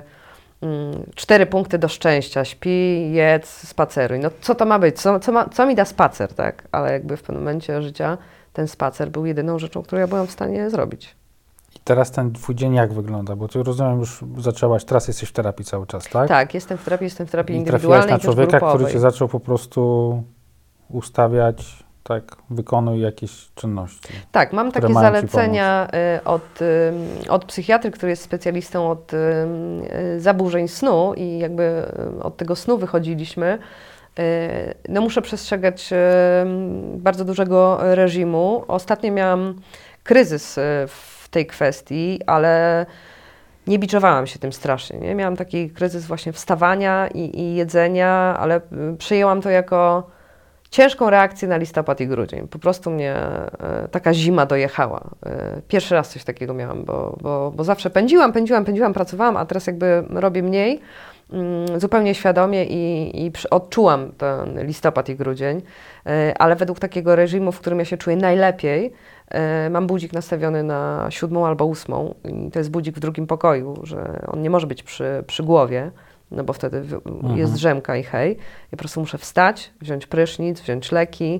4 punkty do szczęścia, śpi, jedz, spaceruj. No co to ma być? Co mi da spacer, tak? Ale jakby w pewnym momencie życia ten spacer był jedyną rzeczą, którą ja byłam w stanie zrobić. I teraz ten twój dzień jak wygląda? Bo ty, rozumiem, już zaczęłaś, teraz jesteś w terapii cały czas, tak? Tak, jestem w terapii I indywidualnej trafiłaś na i też człowieka, grupowej. który cię zaczął po prostu ustawiać, tak, wykonuj jakieś czynności. Tak, mam które takie mają ci zalecenia od psychiatry, który jest specjalistą od zaburzeń snu i jakby od tego snu wychodziliśmy. No muszę przestrzegać bardzo dużego reżimu. Ostatnio miałam kryzys w tej kwestii, ale nie biczowałam się tym strasznie. Nie? Miałam taki kryzys właśnie wstawania i jedzenia, ale przyjęłam to jako ciężką reakcję na listopad i grudzień. Po prostu mnie taka zima dojechała. Pierwszy raz coś takiego miałam, bo zawsze pędziłam, pracowałam, a teraz jakby robię mniej, zupełnie świadomie i odczułam ten listopad i grudzień, ale według takiego reżimu, w którym ja się czuję najlepiej, mam budzik nastawiony na 7 albo 8 i to jest budzik w drugim pokoju, że on nie może być przy głowie, no bo wtedy jest drzemka i hej. Ja po prostu muszę wstać, wziąć prysznic, wziąć leki,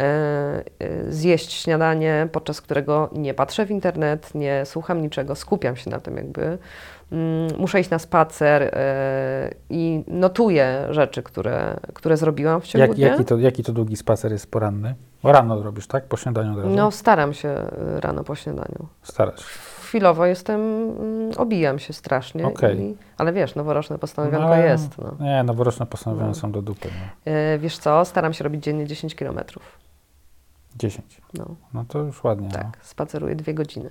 zjeść śniadanie, podczas którego nie patrzę w internet, nie słucham niczego, skupiam się na tym jakby. Muszę iść na spacer i notuję rzeczy, które zrobiłam w ciągu dnia. Jaki to długi spacer jest poranny? O rano robisz, tak? Po śniadaniu od razu? No staram się rano po śniadaniu. Starasz. Chwilowo obijam się strasznie, Okay. Ale wiesz, noworoczne postanowienko jest. No. Nie, noworoczne postanowienia są do dupy. No. Wiesz co, staram się robić dziennie 10 kilometrów. 10? No. No to już ładnie. Tak, no. spaceruję 2 godziny.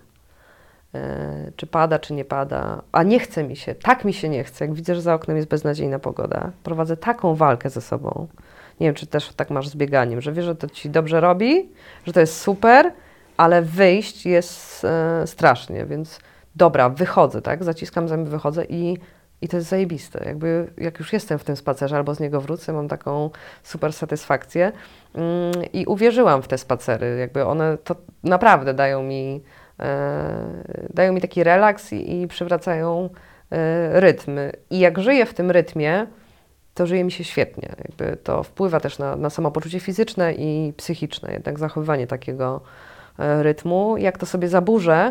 Czy pada, czy nie pada. A nie chce mi się, tak mi się nie chce. Jak widzę, że za oknem jest beznadziejna pogoda, prowadzę taką walkę ze sobą. Nie wiem, czy też tak masz z bieganiem, że wiesz, że to ci dobrze robi, że to jest super, ale wyjść jest strasznie, więc dobra, wychodzę, tak? Zaciskam zęby, wychodzę i to jest zajebiste. Jakby jak już jestem w tym spacerze albo z niego wrócę, mam taką super satysfakcję i uwierzyłam w te spacery. Jakby one to naprawdę dają mi taki relaks i przywracają rytm. I jak żyję w tym rytmie, to żyje mi się świetnie. Jakby to wpływa też na samopoczucie fizyczne i psychiczne, jednak zachowywanie takiego rytmu. Jak to sobie zaburzę,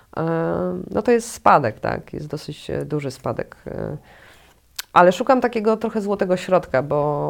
no to jest spadek, tak? Jest dosyć duży spadek. Ale szukam takiego trochę złotego środka,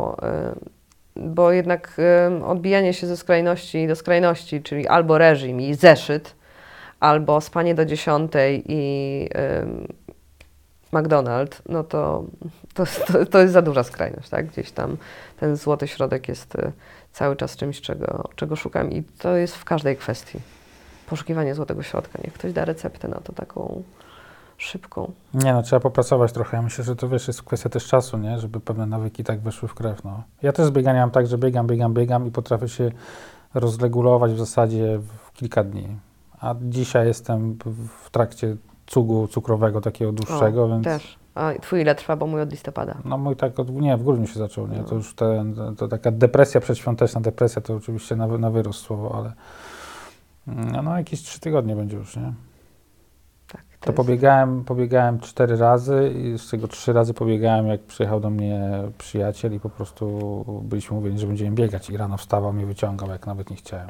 bo jednak odbijanie się ze skrajności do skrajności, czyli albo reżim i zeszyt, albo spanie do 10 i McDonald's, no to jest za duża skrajność, tak? Gdzieś tam ten złoty środek jest cały czas czymś, czego szukam i to jest w każdej kwestii. Poszukiwanie złotego środka. Niech ktoś da receptę na to taką szybką. Nie no, trzeba popracować trochę. Ja myślę, że to wiesz, jest kwestia też czasu, nie? Żeby pewne nawyki tak weszły w krew, no. Ja też z bieganiem mam tak, że biegam i potrafię się rozregulować w zasadzie w kilka dni. A dzisiaj jestem w trakcie cugu cukrowego takiego dłuższego, więc... Też. A twój ile trwa, bo mój od listopada? No mój tak w grudniu się zaczął, nie? To już to taka depresja przedświąteczna, depresja to oczywiście na wyrost słowo, ale no jakieś 3 tygodnie będzie już, nie? Tak. To pobiegałem 4 razy i z tego 3 razy pobiegałem, jak przyjechał do mnie przyjaciel i po prostu byliśmy mówieni, że będziemy biegać i rano wstawał, mnie wyciągał, jak nawet nie chciałem, nie?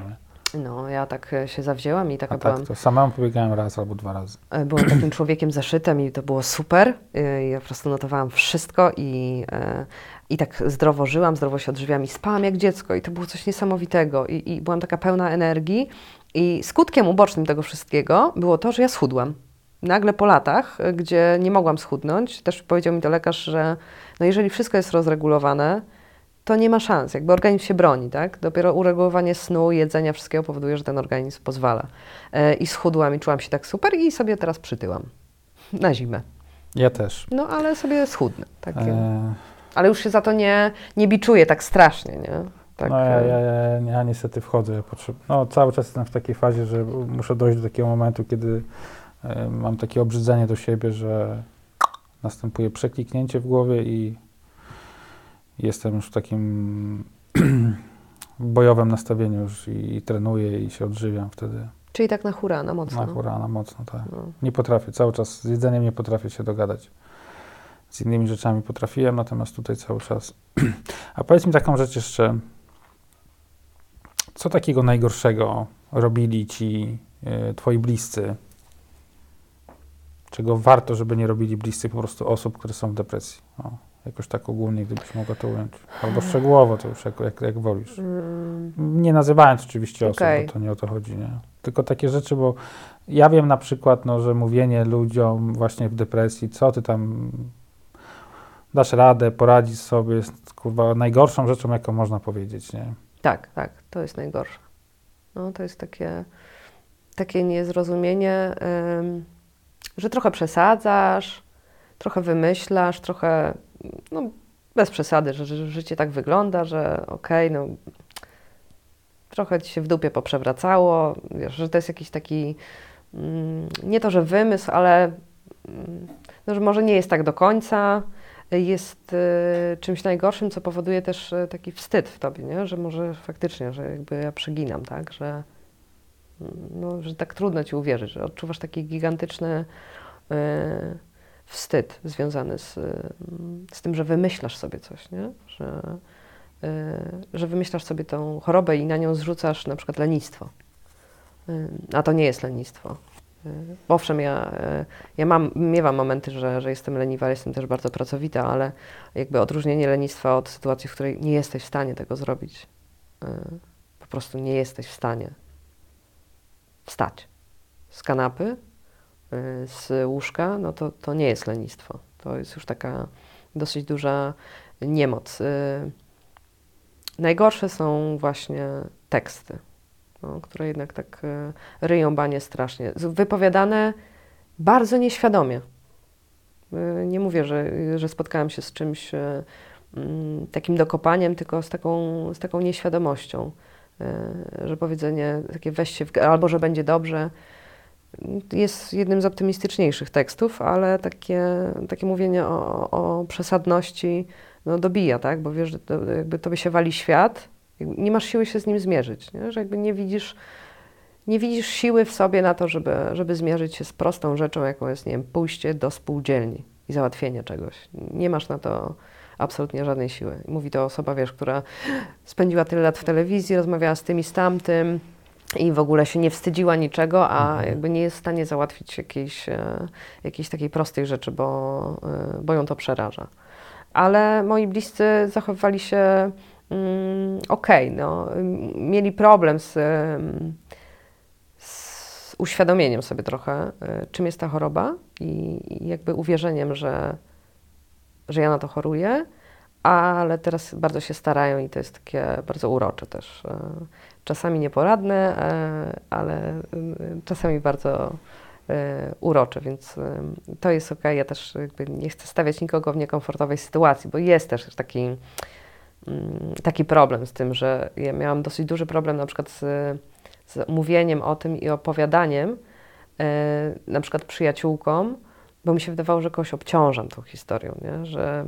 No, ja tak się zawzięłam i taka A tak, byłam, to samemu pobiegałem raz albo 2 razy. byłam takim człowiekiem zaszytem i to było super. Ja po prostu notowałam wszystko i tak zdrowo żyłam, zdrowo się odżywiałam i spałam jak dziecko i to było coś niesamowitego i byłam taka pełna energii i skutkiem ubocznym tego wszystkiego było to, że ja schudłam. Nagle po latach, gdzie nie mogłam schudnąć, też powiedział mi to lekarz, że no jeżeli wszystko jest rozregulowane, to nie ma szans, jakby organizm się broni, tak? Dopiero uregulowanie snu, jedzenia, wszystkiego powoduje, że ten organizm pozwala. I schudłam i czułam się tak super i sobie teraz przytyłam na zimę. Ja też. No ale sobie schudnę. Ale już się za to nie biczuję tak strasznie, nie? Tak, No ja niestety wchodzę. Cały czas jestem w takiej fazie, że muszę dojść do takiego momentu, kiedy mam takie obrzydzenie do siebie, że następuje przekliknięcie w głowie i jestem już w takim bojowym nastawieniu już i trenuję i się odżywiam wtedy. Czyli tak na hura, na mocno. Na hura, na mocno, tak. No. Nie potrafię, cały czas z jedzeniem nie potrafię się dogadać. Z innymi rzeczami potrafiłem, natomiast tutaj cały czas. A powiedz mi taką rzecz jeszcze, co takiego najgorszego robili ci twoi bliscy, czego warto, żeby nie robili bliscy po prostu osób, które są w depresji? Jakoś tak ogólnie, gdybyś mogła to ująć. Albo szczegółowo, to już jak wolisz. Nie nazywając oczywiście osób, bo to nie o to chodzi, nie? Tylko takie rzeczy, bo ja wiem na przykład, że mówienie ludziom właśnie w depresji, co ty tam dasz radę, poradzisz sobie, jest kurwa najgorszą rzeczą, jaką można powiedzieć, nie? Tak, to jest najgorsze. No, to jest takie niezrozumienie, że trochę przesadzasz, trochę wymyślasz, trochę, bez przesady, że życie tak wygląda, że trochę ci się w dupie poprzewracało, wiesz, że to jest jakiś taki, nie to, że wymysł, ale że może nie jest tak do końca, jest czymś najgorszym, co powoduje też taki wstyd w tobie, nie? Że może faktycznie, że jakby ja przeginam, tak, że tak trudno ci uwierzyć, że odczuwasz taki gigantyczny wstyd związany z tym, że wymyślasz sobie coś, nie? Że wymyślasz sobie tą chorobę i na nią zrzucasz na przykład lenistwo. A to nie jest lenistwo. Owszem, ja miewam momenty, że jestem leniwa, jestem też bardzo pracowita, ale jakby odróżnienie lenistwa od sytuacji, w której nie jesteś w stanie tego zrobić. Po prostu nie jesteś w stanie wstać z kanapy, z łóżka, to nie jest lenistwo. To jest już taka dosyć duża niemoc. Najgorsze są właśnie teksty, które jednak tak ryją banie strasznie. Wypowiadane bardzo nieświadomie. Nie mówię, że spotkałam się z czymś takim dokopaniem, tylko z taką nieświadomością, że powiedzenie takie weź się albo że będzie dobrze, jest jednym z optymistyczniejszych tekstów, ale takie mówienie o przesadności dobija, tak? Bo wiesz, że jakby tobie się wali świat, nie masz siły się z nim zmierzyć, nie? Że jakby nie widzisz siły w sobie na to, żeby zmierzyć się z prostą rzeczą, jaką jest, nie wiem, pójście do spółdzielni i załatwienie czegoś. Nie masz na to absolutnie żadnej siły. Mówi to osoba, wiesz, która spędziła tyle lat w telewizji, rozmawiała z tym i z tamtym i w ogóle się nie wstydziła niczego, a jakby nie jest w stanie załatwić jakiejś takiej prostej rzeczy, bo ją to przeraża. Ale moi bliscy zachowywali się mieli problem z uświadomieniem sobie trochę, czym jest ta choroba i jakby uwierzeniem, że ja na to choruję, ale teraz bardzo się starają i to jest takie bardzo urocze też. Czasami nieporadne, ale czasami bardzo urocze, więc to jest okej. Ja też jakby nie chcę stawiać nikogo w niekomfortowej sytuacji, bo jest też taki problem z tym, że ja miałam dosyć duży problem na przykład z mówieniem o tym i opowiadaniem na przykład przyjaciółkom, bo mi się wydawało, że kogoś obciążam tą historią, nie?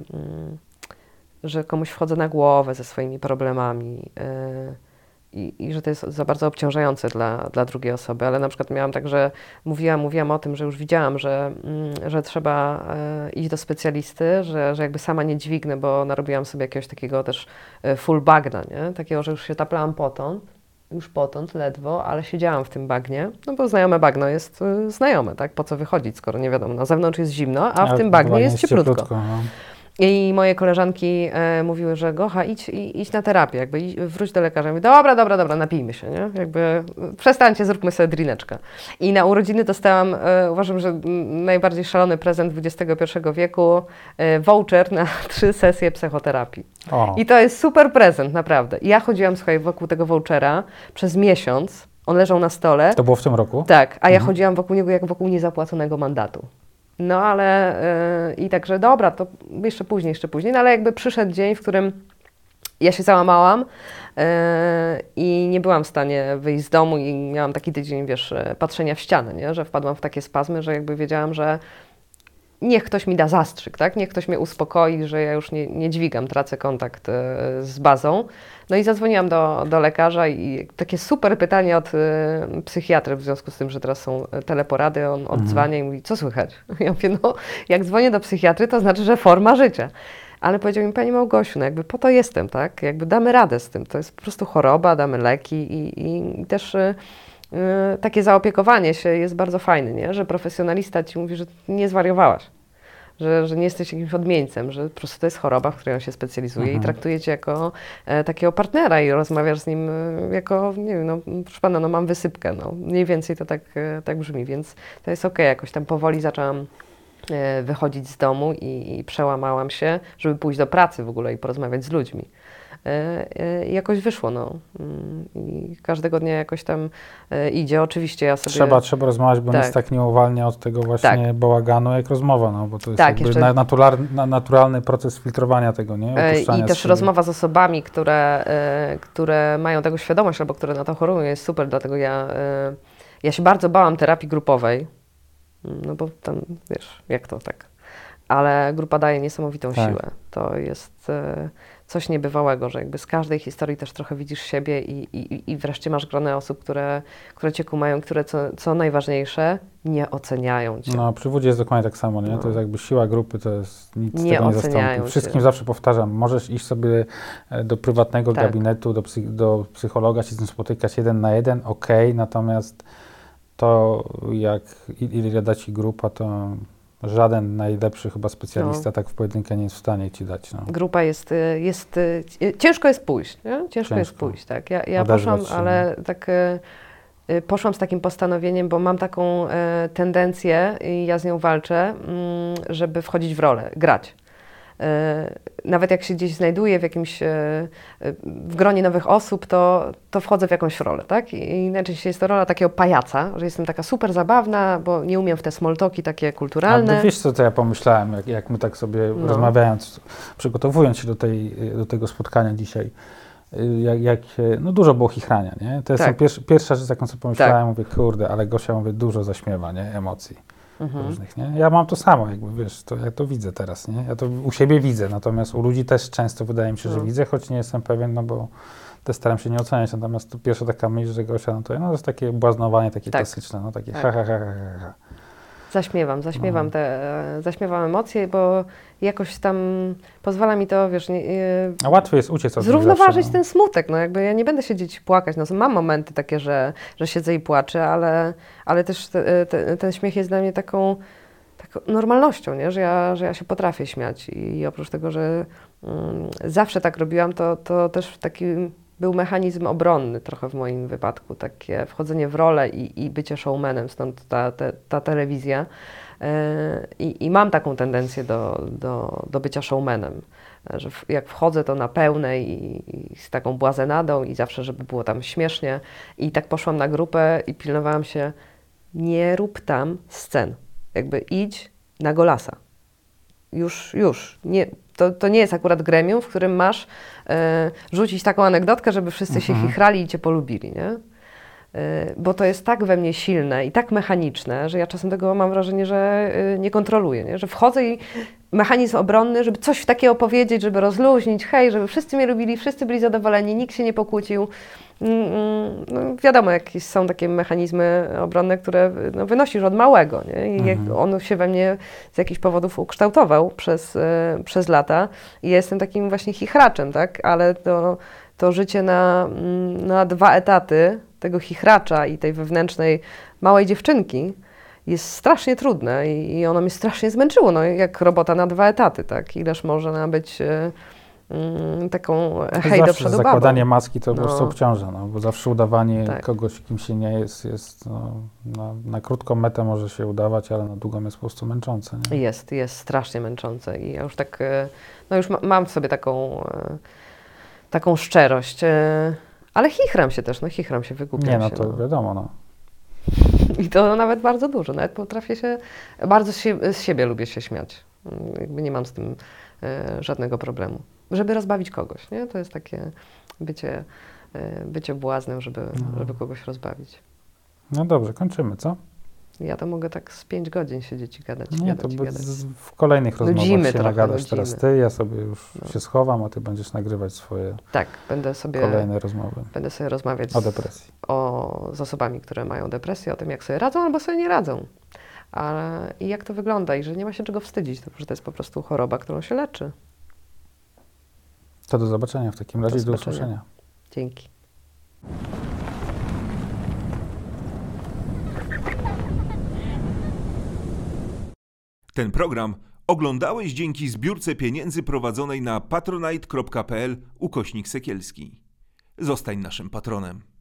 Że komuś wchodzę na głowę ze swoimi problemami i że to jest za bardzo obciążające dla drugiej osoby, ale na przykład miałam tak, że mówiłam o tym, że już widziałam, że trzeba iść do specjalisty, że jakby sama nie dźwignę, bo narobiłam sobie jakiegoś takiego też full bagna, nie? Takiego, że już się taplałam potąd już potąd ledwo, ale siedziałam w tym bagnie, no bo znajome bagno jest znajome, tak? Po co wychodzić, skoro nie wiadomo, na zewnątrz jest zimno, a w tym bagnie jest cieplutko. No. I moje koleżanki mówiły, że Gocha, idź na terapię, jakby wróć do lekarza. Ja mówię, dobra, napijmy się, nie? Jakby przestańcie, zróbmy sobie drineczkę. I na urodziny dostałam, uważam, że najbardziej szalony prezent XXI wieku, voucher na 3 sesje psychoterapii. O. I to jest super prezent, naprawdę. I ja chodziłam, słuchaj, wokół tego vouchera przez miesiąc, on leżał na stole. To było w tym roku? Tak, a ja chodziłam wokół niego jak wokół niezapłaconego mandatu. No ale i także dobra, to jeszcze później, no ale jakby przyszedł dzień, w którym ja się załamałam i nie byłam w stanie wyjść z domu i miałam taki tydzień, wiesz, patrzenia w ścianę, nie? Że wpadłam w takie spazmy, że jakby wiedziałam, że niech ktoś mi da zastrzyk, tak? Niech ktoś mnie uspokoi, że ja już nie dźwigam, tracę kontakt z bazą. No i zadzwoniłam do lekarza i takie super pytanie od psychiatry, w związku z tym, że teraz są teleporady, on odzwania i mówi, co słychać? Ja mówię, no jak dzwonię do psychiatry, to znaczy, że forma życia. Ale powiedział mi, Pani Małgosiu, no jakby po to jestem, tak? Jakby damy radę z tym, to jest po prostu choroba, damy leki i też takie zaopiekowanie się jest bardzo fajne, nie? Że profesjonalista ci mówi, że nie zwariowałaś, że nie jesteś jakimś odmieńcem, że po prostu to jest choroba, w której on się specjalizuje i traktuje cię jako takiego partnera i rozmawiasz z nim jako, nie wiem, no proszę pana, no mam wysypkę, no mniej więcej to tak brzmi, więc to jest okej. Jakoś tam powoli zaczęłam wychodzić z domu i przełamałam się, żeby pójść do pracy w ogóle i porozmawiać z ludźmi. I jakoś wyszło, no. I każdego dnia jakoś tam idzie. Oczywiście ja sobie... Trzeba rozmawiać, bo nic tak nie uwalnia od tego właśnie bałaganu jak rozmowa, no, bo to jest jakby jeszcze... naturalny proces filtrowania tego, nie? I też rozmowa z osobami, które mają tego świadomość albo które na to chorują jest super, dlatego ja się bardzo bałam terapii grupowej, no bo tam, wiesz, jak to tak. Ale grupa daje niesamowitą siłę. To jest coś niebywałego, że jakby z każdej historii też trochę widzisz siebie i wreszcie masz grono osób, które cię kumają, które co najważniejsze, nie oceniają cię. No, przy wódzie jest dokładnie tak samo, nie? No. To jest jakby siła grupy, to jest nic nie tego nie zastąpi. Wszystkim zawsze powtarzam, możesz iść sobie do prywatnego gabinetu, do psychologa, się z nim spotykać 1 na 1, okej, natomiast to ile da ci grupa, to żaden najlepszy chyba specjalista tak w pojedynkę nie jest w stanie ci dać. No. Grupa jest ciężko jest pójść, nie? Ciężko jest pójść, tak. Ja poszłam, ale tak poszłam z takim postanowieniem, bo mam taką tendencję i ja z nią walczę, żeby wchodzić w rolę, grać. Nawet jak się gdzieś znajduję w gronie nowych osób, to wchodzę w jakąś rolę, tak? I najczęściej jest to rola takiego pajaca, że jestem taka super zabawna, bo nie umiem w te small talki takie kulturalne. A wiesz co ja pomyślałem, jak my tak sobie rozmawiając, przygotowując się do tego spotkania dzisiaj, no dużo było chichrania, nie? To jest pierwsza rzecz, jaką sobie pomyślałem, mówię, kurde, ale Gosia, dużo zaśmiewa, nie? Emocji. Różnych, nie? Ja mam to samo, jakby wiesz, ja to widzę teraz, nie? Ja to u siebie widzę, natomiast u ludzi też często wydaje mi się, że widzę, choć nie jestem pewien, no bo też staram się nie oceniać, natomiast to pierwsza taka myśl, że Gosia, no to jest takie błaznowanie, takie klasyczne, no takie ha. Zaśmiewam emocje, bo jakoś tam pozwala mi to, wiesz... A łatwiej jest uciec od zrównoważyć ten smutek, no jakby ja nie będę siedzieć i płakać, no mam momenty takie, że siedzę i płaczę, ale też ten śmiech jest dla mnie taką normalnością, nie? Że ja się potrafię śmiać i oprócz tego, że zawsze tak robiłam, to też taki był mechanizm obronny trochę w moim wypadku, takie wchodzenie w rolę i bycie showmanem, stąd ta telewizja. I mam taką tendencję do bycia showmanem, że jak wchodzę to na pełnej i z taką błazenadą i zawsze, żeby było tam śmiesznie. I tak poszłam na grupę i pilnowałam się, nie rób tam scen, jakby idź na golasa. Już. Nie, to nie jest akurat gremium, w którym masz rzucić taką anegdotkę, żeby wszyscy się chichrali i cię polubili, nie? Bo to jest tak we mnie silne i tak mechaniczne, że ja czasem tego mam wrażenie, że nie kontroluję, nie? Że wchodzę i mechanizm obronny, żeby coś takiego powiedzieć, żeby rozluźnić, hej, żeby wszyscy mnie lubili, wszyscy byli zadowoleni, nikt się nie pokłócił. No, wiadomo, jakieś są takie mechanizmy obronne, które wynosisz od małego, nie? I jak on się we mnie z jakichś powodów ukształtował przez lata i ja jestem takim właśnie chichraczem, tak? Ale to to życie na 2 etaty tego chichracza i tej wewnętrznej małej dziewczynki jest strasznie trudne i ono mnie strasznie zmęczyło, no jak robota na 2 etaty, tak? Ileż można być taką hej do przodu babą. Zakładanie maski to po No. prostu obciąża, no, bo zawsze udawanie Tak. kogoś, kim się nie jest no, na krótką metę może się udawać, ale na długą jest po prostu męczące. Nie? Jest strasznie męczące i ja już tak, no już mam w sobie taką szczerość, ale chichram się też, chichram się, wygłupiam Nie, no się. to wiadomo, no. I to nawet bardzo dużo, nawet potrafię bardzo z siebie lubię się śmiać. Jakby nie mam z tym żadnego problemu. Żeby rozbawić kogoś, nie? To jest takie bycie błaznem, żeby kogoś rozbawić. No dobrze, kończymy, co? Ja to mogę tak z 5 godzin siedzieć i gadać. Nie, gadać, to gadać. w kolejnych rozmowach się trochę, nagadasz teraz nudzimy. ty, ja sobie już się schowam, a ty będziesz nagrywać swoje Tak, kolejne rozmowy będę sobie rozmawiać o depresji. z osobami, które mają depresję, o tym, jak sobie radzą albo sobie nie radzą. I jak to wygląda i że nie ma się czego wstydzić, że to jest po prostu choroba, którą się leczy. To do zobaczenia w takim razie i do zobaczenia. usłyszenia. Dzięki. Ten program oglądałeś dzięki zbiórce pieniędzy prowadzonej na patronite.pl/Sekielski. Zostań naszym patronem.